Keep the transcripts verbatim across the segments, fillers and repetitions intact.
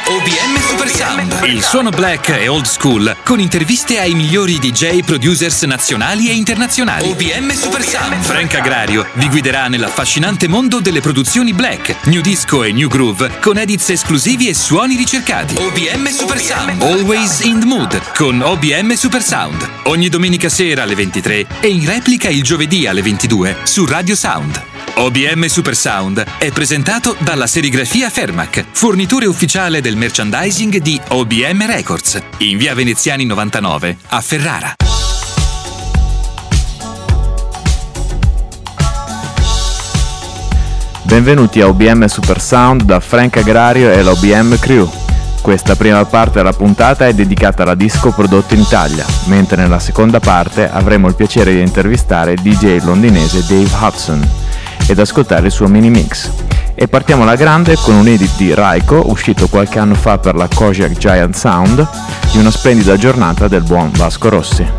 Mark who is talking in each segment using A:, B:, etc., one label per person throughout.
A: O B M Super Sound, il suono black e old school con interviste ai migliori D J producers nazionali e internazionali. O B M Super Sound. Frank Agrario vi guiderà nell'affascinante mondo delle produzioni black, new disco e new groove con edits esclusivi e suoni ricercati. O B M Super Sound. Always in the mood con O B M Super Sound. Ogni domenica sera alle ventitré e in replica il giovedì alle ventidue su Radio Sound. O B M Super Sound è presentato dalla serigrafia Fermac, fornitore ufficiale del merchandising di O B M Records, in via Veneziani novantanove a Ferrara.
B: Benvenuti a O B M Super Sound da Frank Agrario e l'O B M Crew. Questa prima parte della puntata è dedicata alla disco prodotta in Italia, mentre nella seconda parte avremo il piacere di intervistare il D J londinese Dave Hudson ed ascoltare il suo mini mix. E partiamo alla grande con un edit di Raiko uscito qualche anno fa per la Kojak Giant Sound di una splendida giornata del buon Vasco Rossi.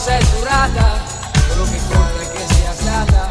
C: sei durata, quello che conta è che sia stata.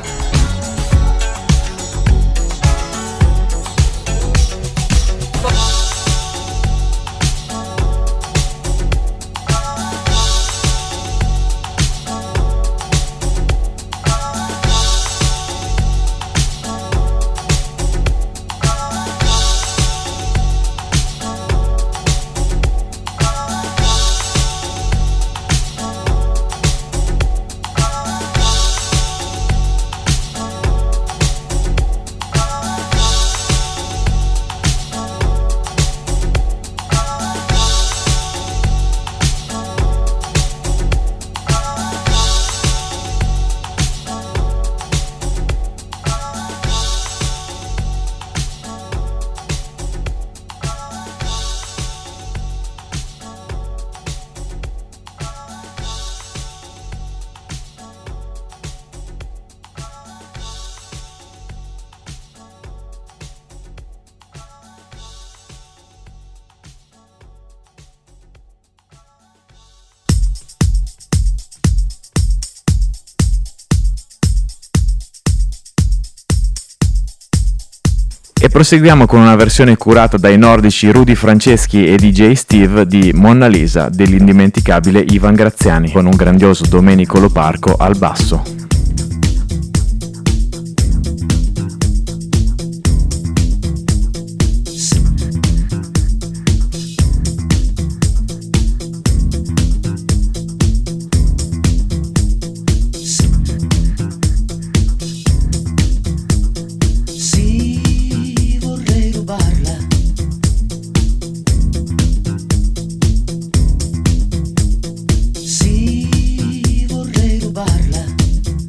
B: E proseguiamo con una versione curata dai nordici Rudy Franceschi e D J Steve di Monna Lisa dell'indimenticabile Ivan Graziani, con un grandioso Domenico Loparco al basso.
D: Sì, vorrei rubarla.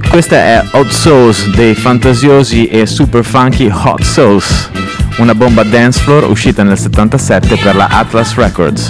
B: Questa è Hot Sauce dei fantasiosi e super funky Hot Sauce, una bomba dance floor uscita nel settantasette per la Atlas Records.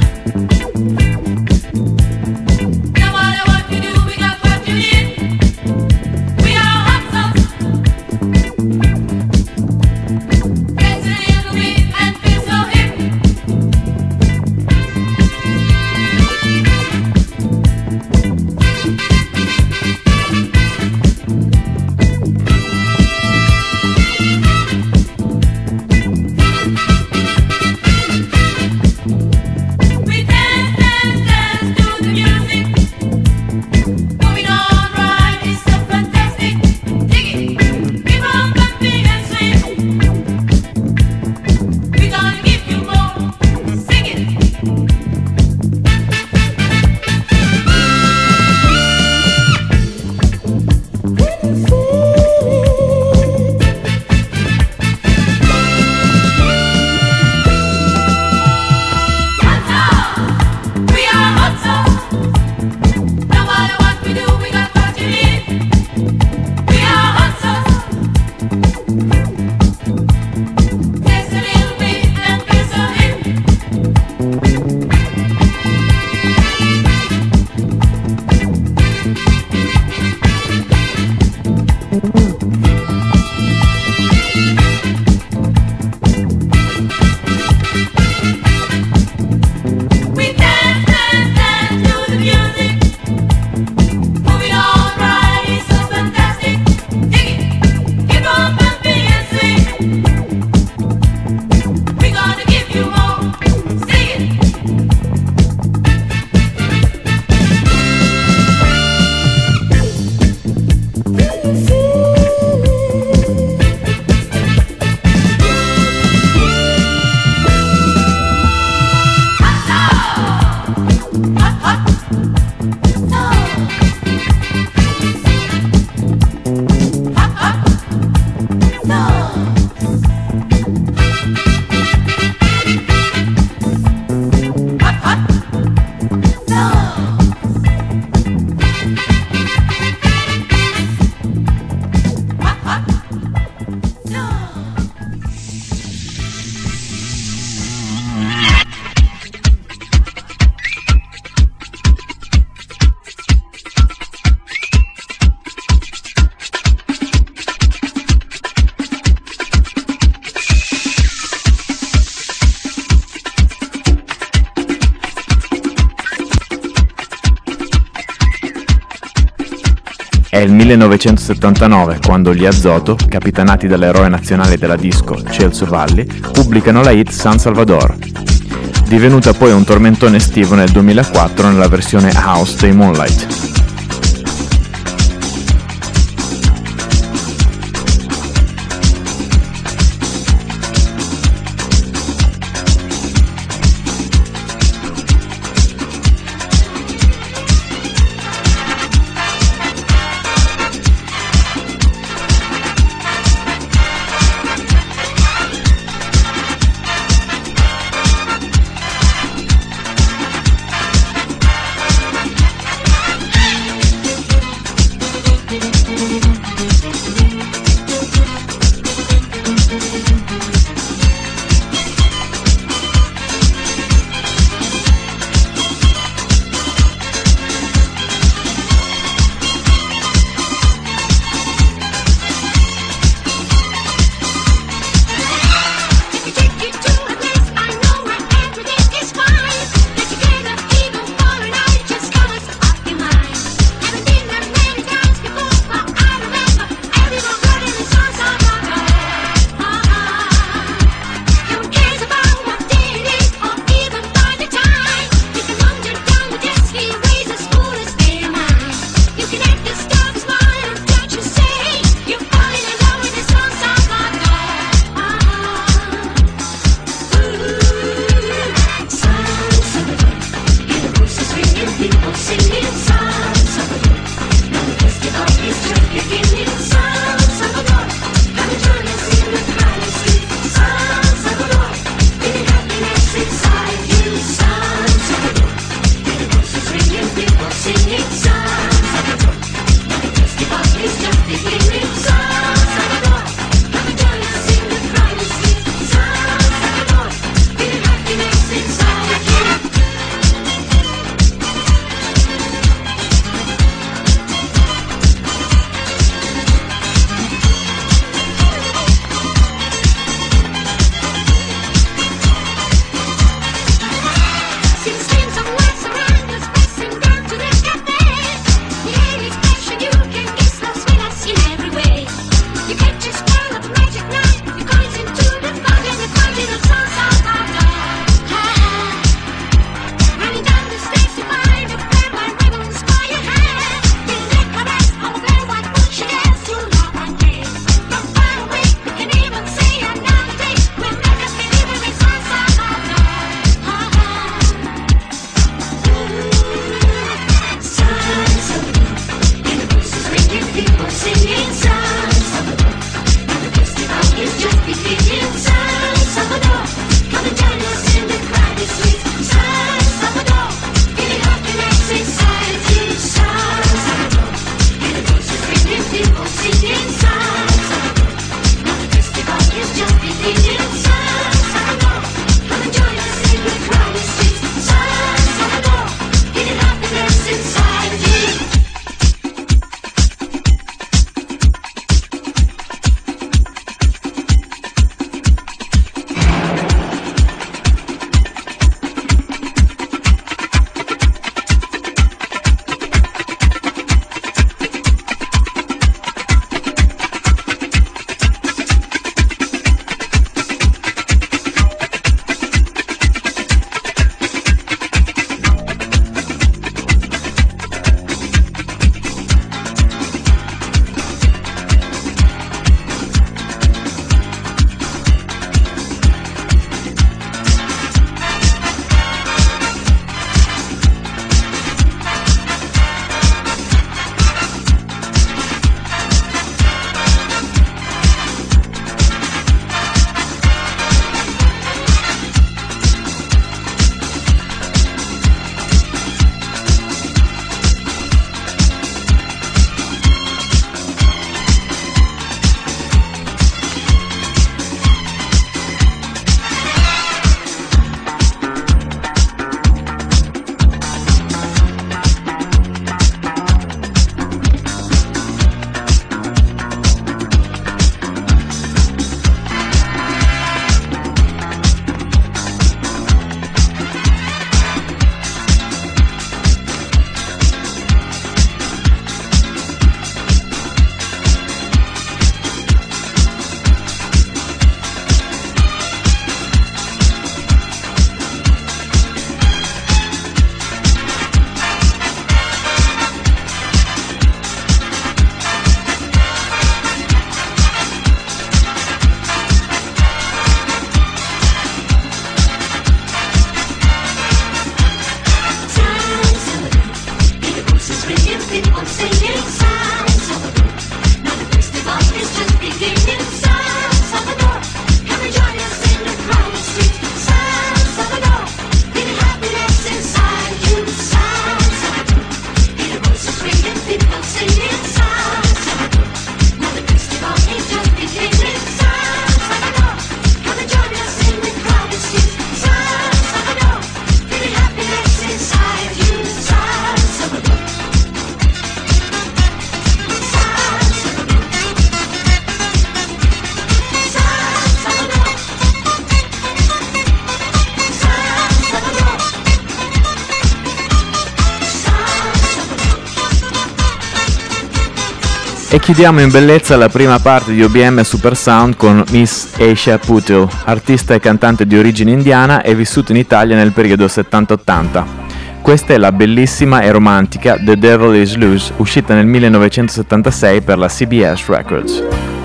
B: È il millenovecentosettantanove quando gli Azoto, capitanati dall'eroe nazionale della disco Celso Valli, pubblicano la hit San Salvador, divenuta poi un tormentone estivo nel duemilaquattro nella versione house dei Moonlight. It's just E chiudiamo in bellezza la prima parte di O B M Super Sound con Miss Asia Patel, artista e cantante di origine indiana e vissuta in Italia nel periodo settanta ottanta. Questa è la bellissima e romantica The Devil Is Loose, uscita nel millenovecentosettantasei per la C B S Records.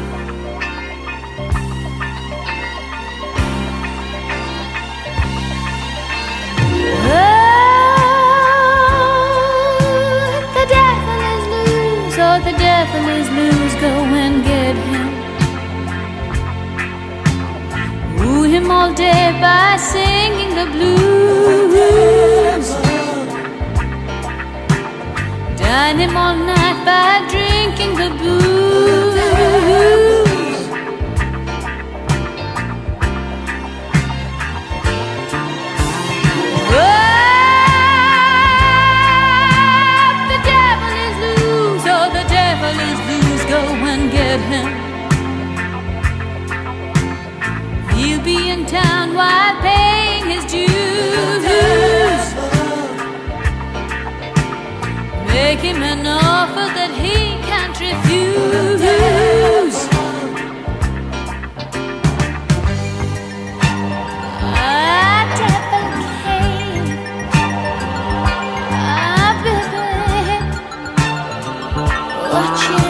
D: All day by singing the blues, dine him all night by drinking the booze. Oh, the devil is loose, oh the devil is loose, go and get him. He'll be in town while paying his dues. Make him an offer that he can't refuse. Ah, devil came. Ah, baby, watch it.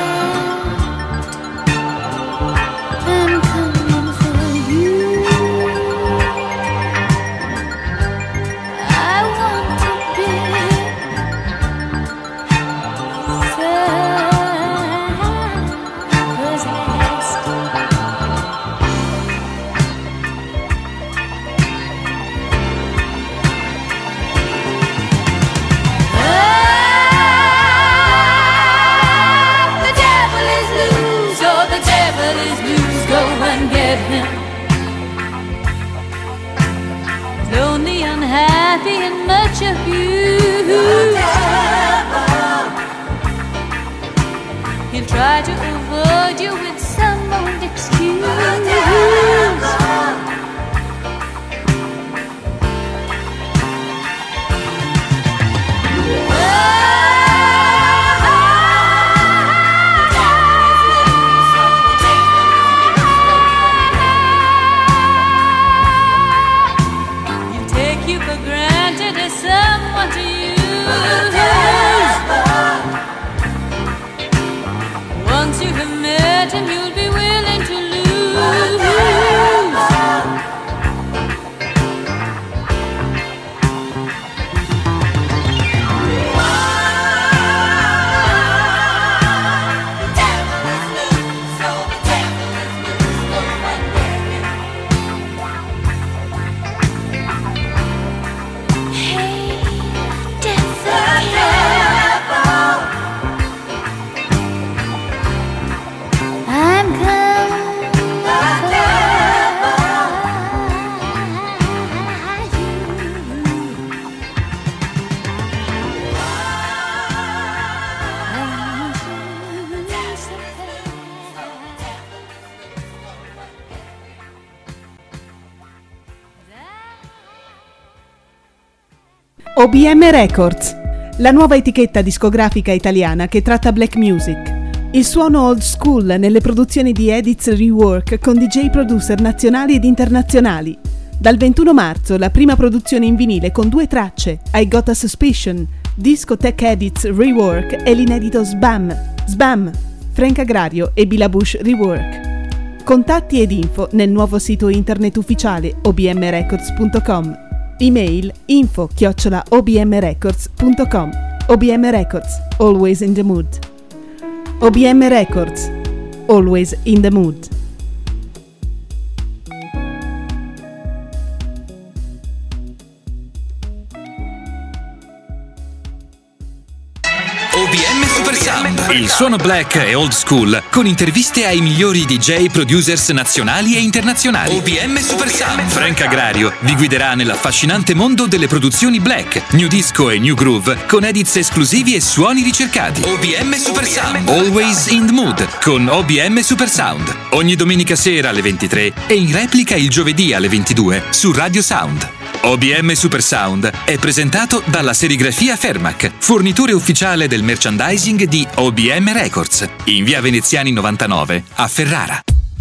D: I'm coming for you. Lonely, unhappy, and much abused. He'll try to avoid you with some old excuse. Once you have met him, you'll be willing to lose.
E: O B M Records, la nuova etichetta discografica italiana che tratta black music. Il suono old school nelle produzioni di Edits Rework con D J producer nazionali ed internazionali. Dal ventuno marzo la prima produzione in vinile con due tracce, I Got a Suspicion, Discotech Edits Rework e l'inedito Sbam, Sbam, Frank Agrario e Billa Bush Rework. Contatti ed info nel nuovo sito internet ufficiale o b m records punto com. Email info chiocciola o b m records punto com. O B M Records, always in the mood. O B M Records, always in the mood.
A: O B M Super Sound, il suono black e old school, con interviste ai migliori D J producers nazionali e internazionali. O B M Super Sound, Frank Agrario vi guiderà nell'affascinante mondo delle produzioni black, new disco e new groove, con edits esclusivi e suoni ricercati. O B M Super Sound, always in the mood, con O B M Super Sound, ogni domenica sera alle ventitré e in replica il giovedì alle ventidue su Radio Sound. O B M Supersound è presentato dalla serigrafia Fermac, fornitore ufficiale del merchandising di O B M Records, in via Veneziani novantanove a Ferrara.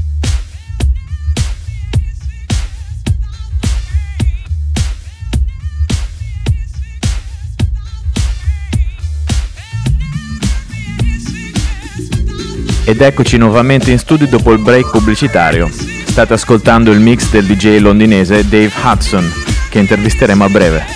B: Ed eccoci nuovamente in studio dopo il break pubblicitario. State ascoltando il mix del D J londinese Dave Hudson, che intervisteremo a breve.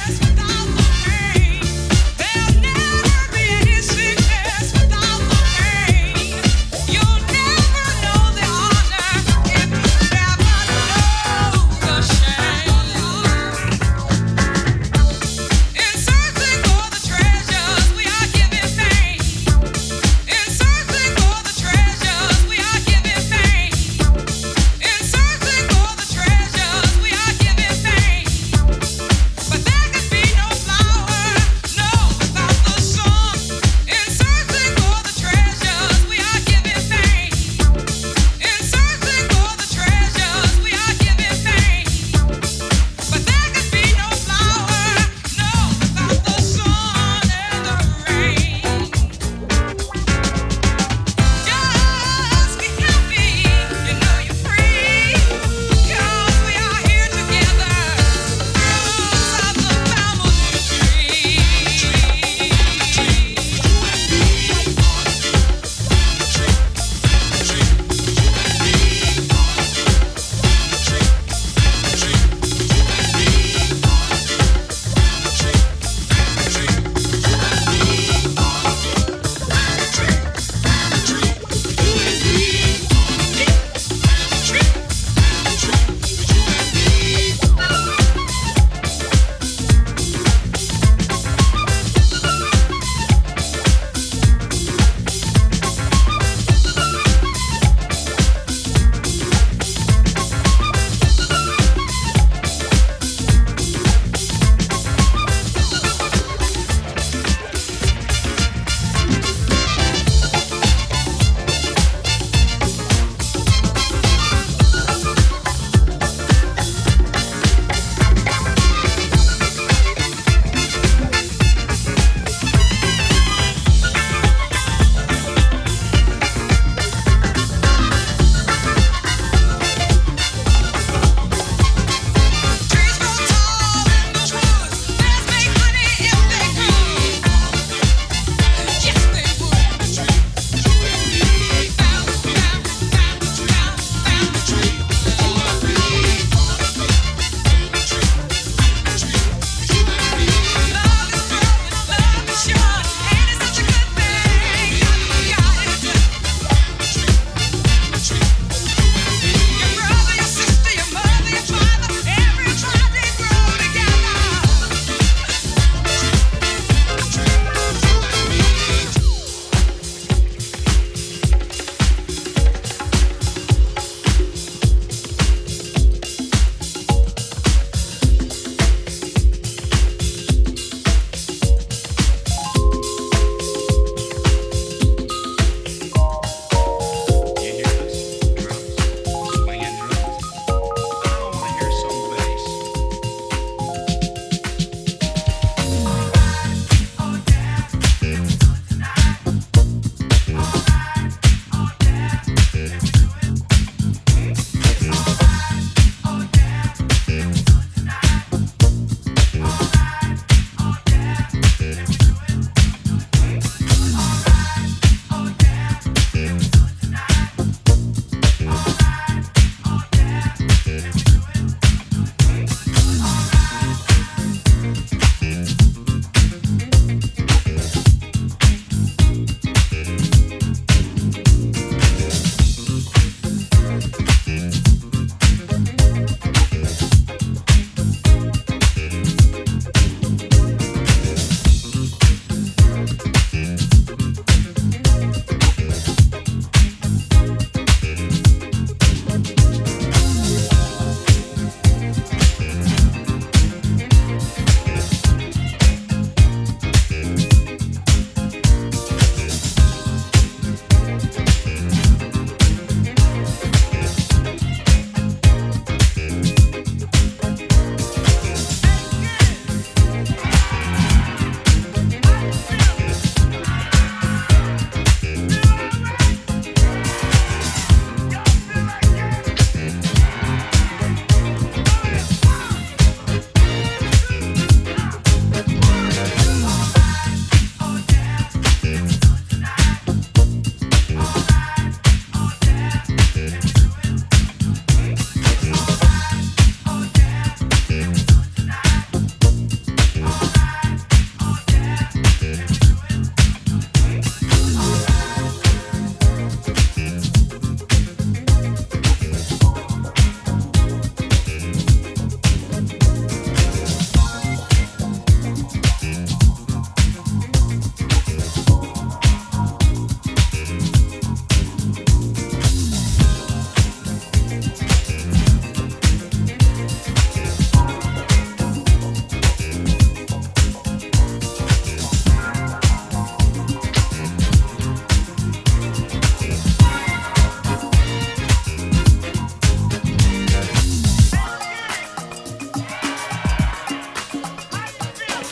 F: But there could be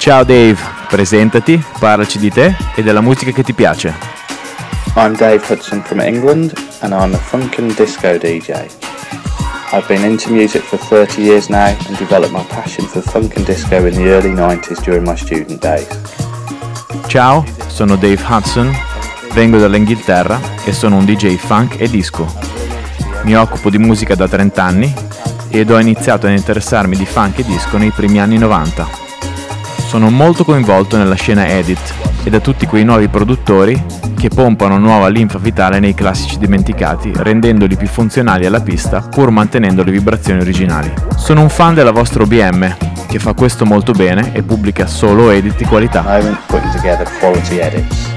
B: Ciao Dave, presentati, parlaci di te e della musica che ti piace.
F: I'm Dave Hudson from England and I'm a funk and disco D J. I've been into music for thirty years now and developed my passion for funk and disco in the early nineties during my student days.
B: Ciao, sono Dave Hudson, vengo dall'Inghilterra e sono un D J funk e disco. Mi occupo di musica da trenta anni ed ho iniziato ad interessarmi di funk e disco nei primi anni novanta. Sono molto coinvolto nella scena edit e da tutti quei nuovi produttori che pompano nuova linfa vitale nei classici dimenticati, rendendoli più funzionali alla pista pur mantenendo le vibrazioni originali. Sono un fan della vostra O B M, che fa questo molto bene e pubblica solo edit di qualità.
F: I'm putting together quality edits.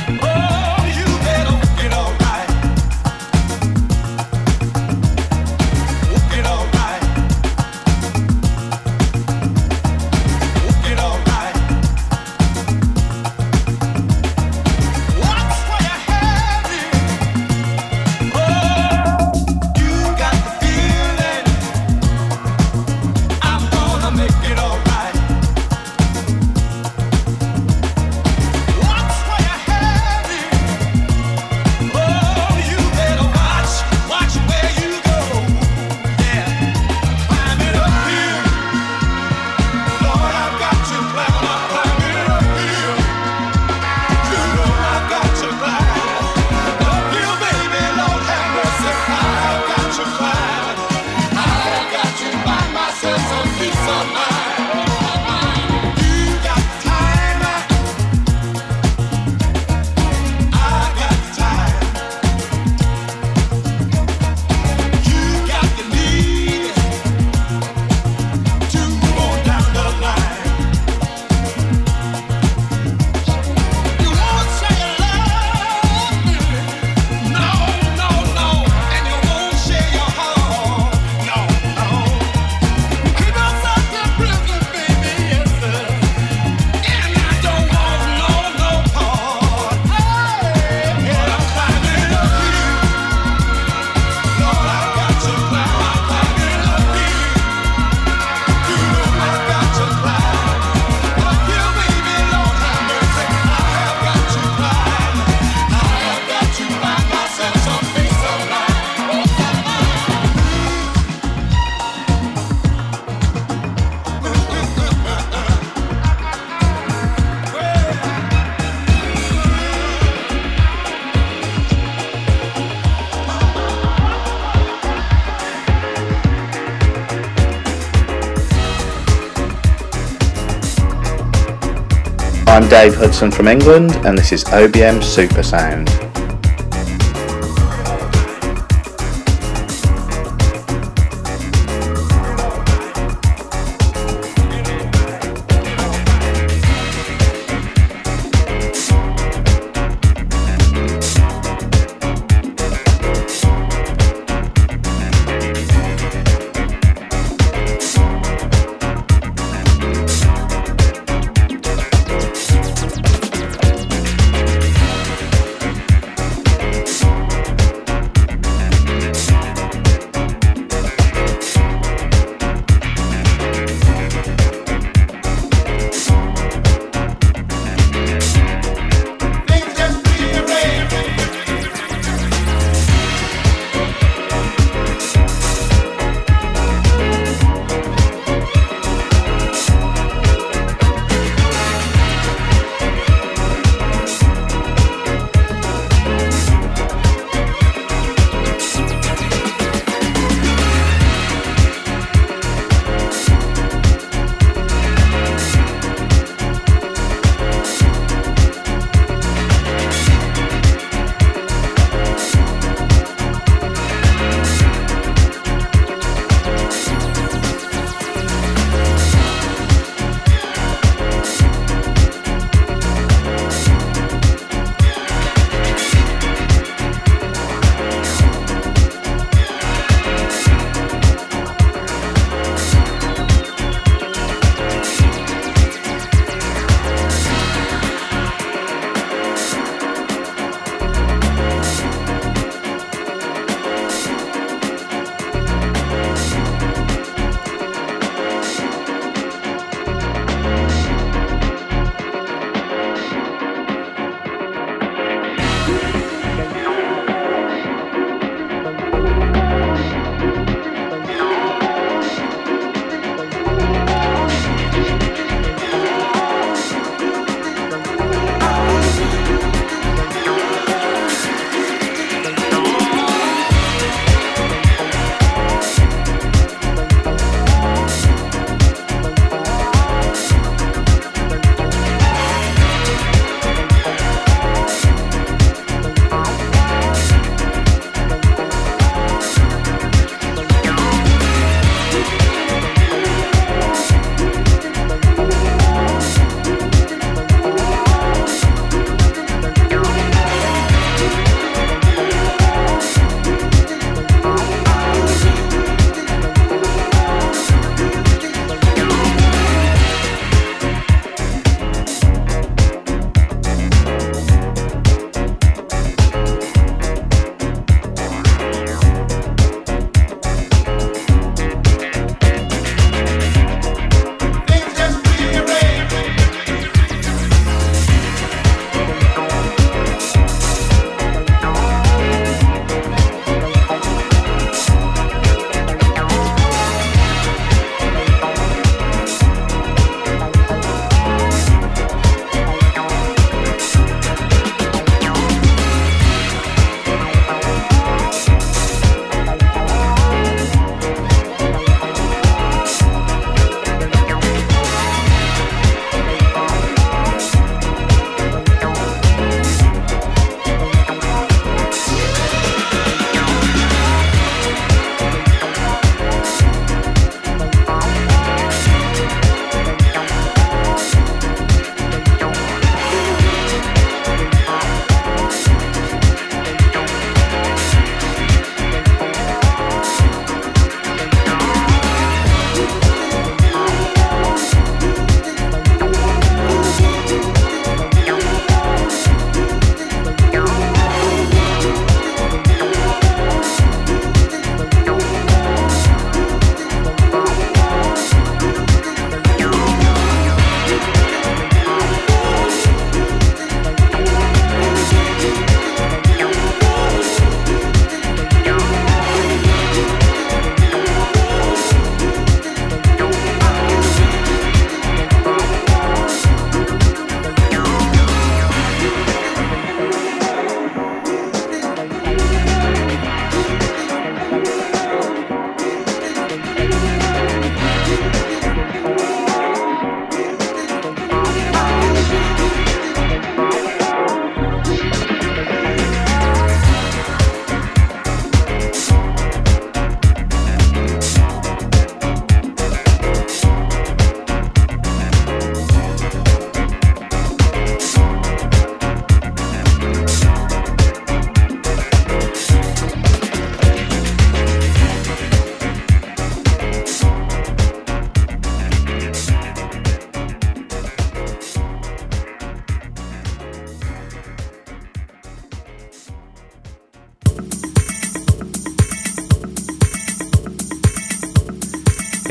F: I'm Dave Hudson from England and this is O B M Super Sound.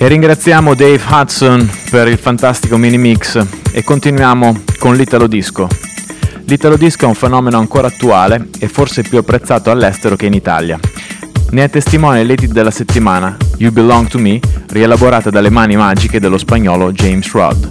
B: E ringraziamo Dave Hudson per il fantastico mini mix e continuiamo con l'Italo Disco. L'Italo Disco è un fenomeno ancora attuale e forse più apprezzato all'estero che in Italia. Ne è testimone l'edit della settimana, You Belong to Me, rielaborata dalle mani magiche dello spagnolo James Rod.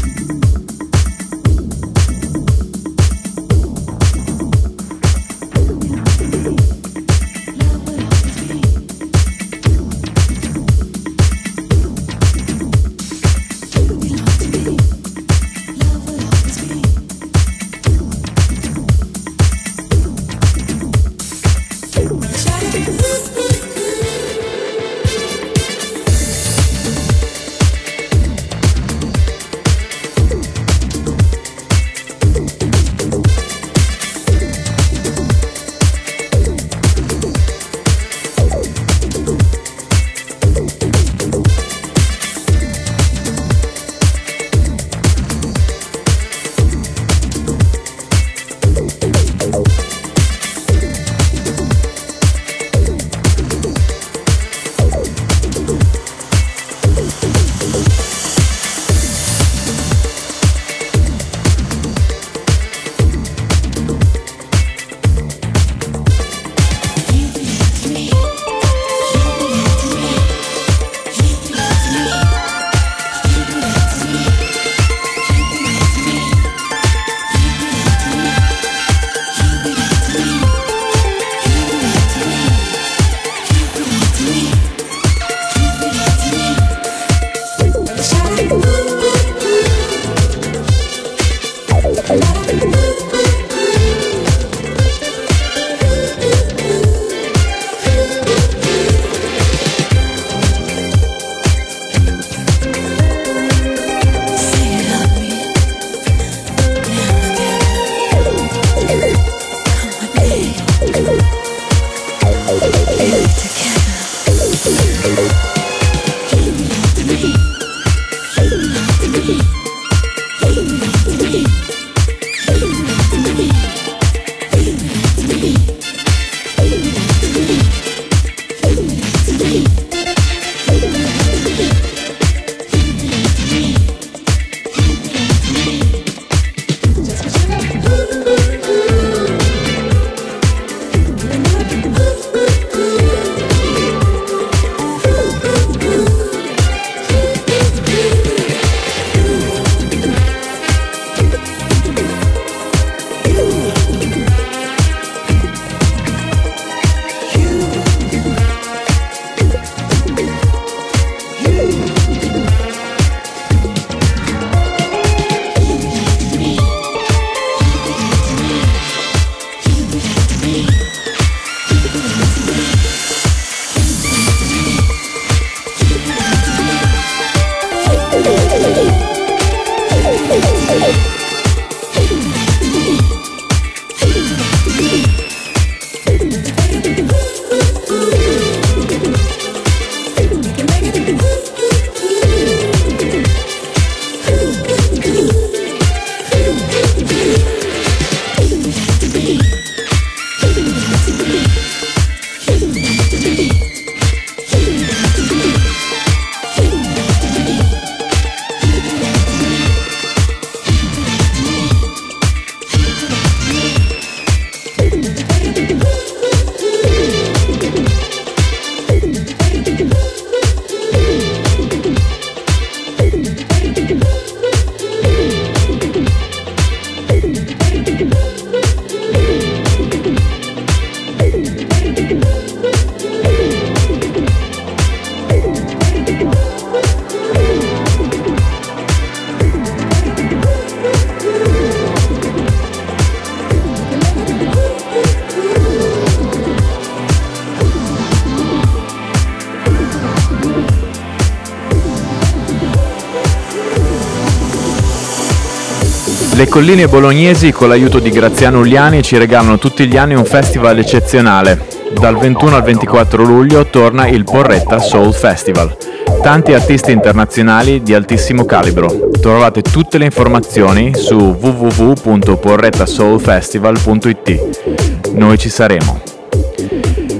B: Le colline bolognesi, con l'aiuto di Graziano Uliani, ci regalano tutti gli anni un festival eccezionale. Dal ventuno al ventiquattro luglio torna il Porretta Soul Festival. Tanti artisti internazionali di altissimo calibro. Trovate tutte le informazioni su w w w punto porretta soul festival punto i t. Noi ci saremo.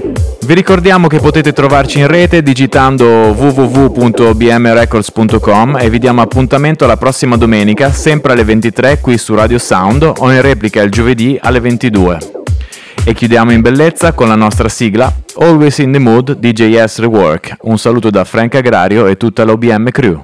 B: Vi ricordiamo che potete trovarci in rete digitando w w w punto o b m records punto com e vi diamo appuntamento la prossima domenica, sempre alle ventitré qui su Radio Sound o in replica il giovedì alle ventidue. E chiudiamo in bellezza con la nostra sigla Always in the Mood D J S Rework. Un saluto da Frank Agrario e tutta l'O B M crew.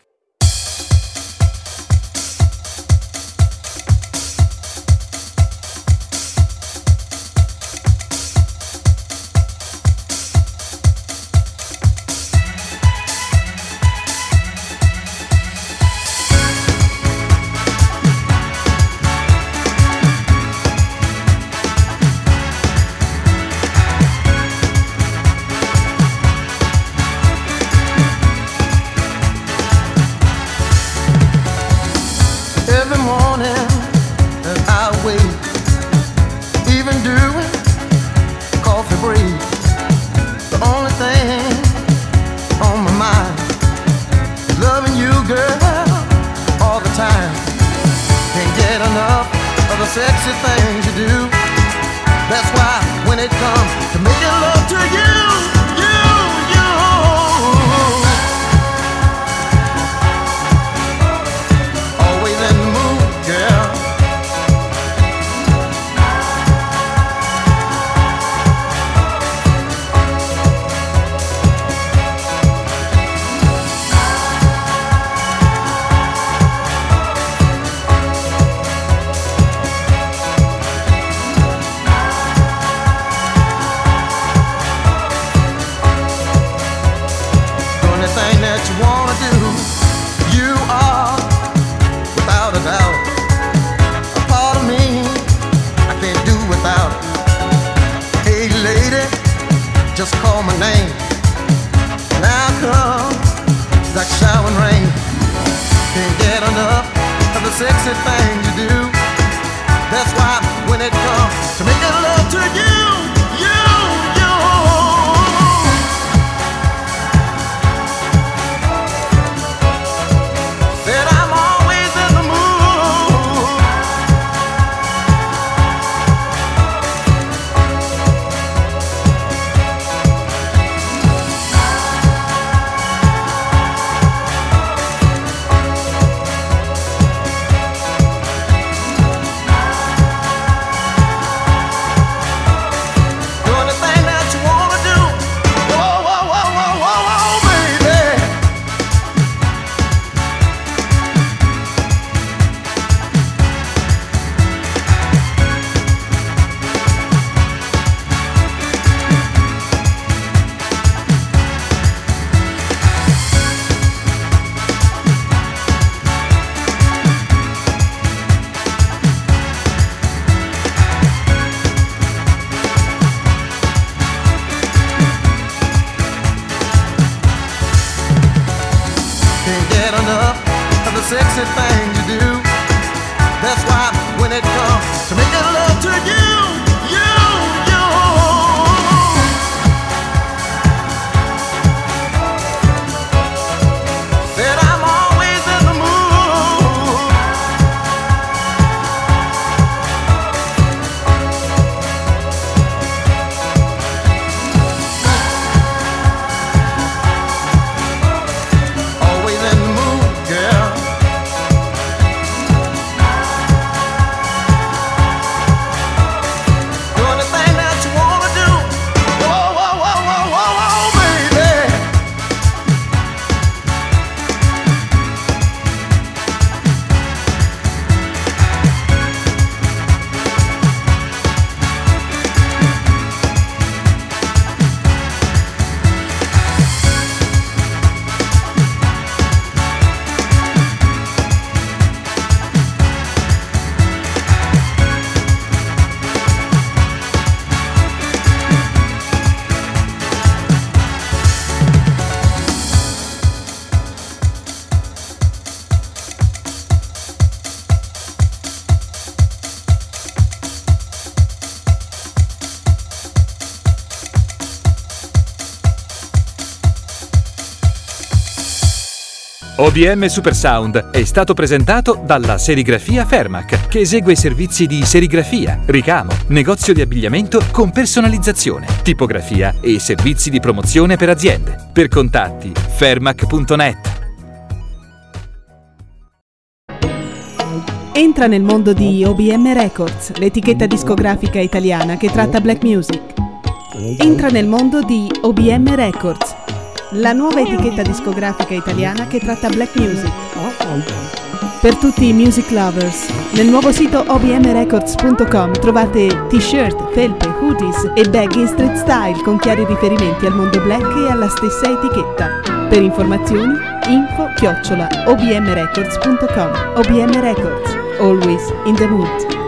G: Sexy things you do. That's why when it comes to making love to you, you, you, always in the mood, girl.
A: O B M Supersound è stato presentato dalla Serigrafia Fermac, che esegue servizi di serigrafia, ricamo, negozio di abbigliamento con personalizzazione, tipografia e servizi di promozione per aziende. Per contatti fermac punto net.
E: Entra nel mondo di O B M Records, l'etichetta discografica italiana che tratta black music. Entra nel mondo di O B M Records, la nuova etichetta discografica italiana che tratta black music. Per tutti i music lovers, nel nuovo sito o b m records punto com trovate t-shirt, felpe, hoodies e bag in street style con chiari riferimenti al mondo black e alla stessa etichetta. Per informazioni, info chiocciola o b m records punto com. O B M Records, always in the mood.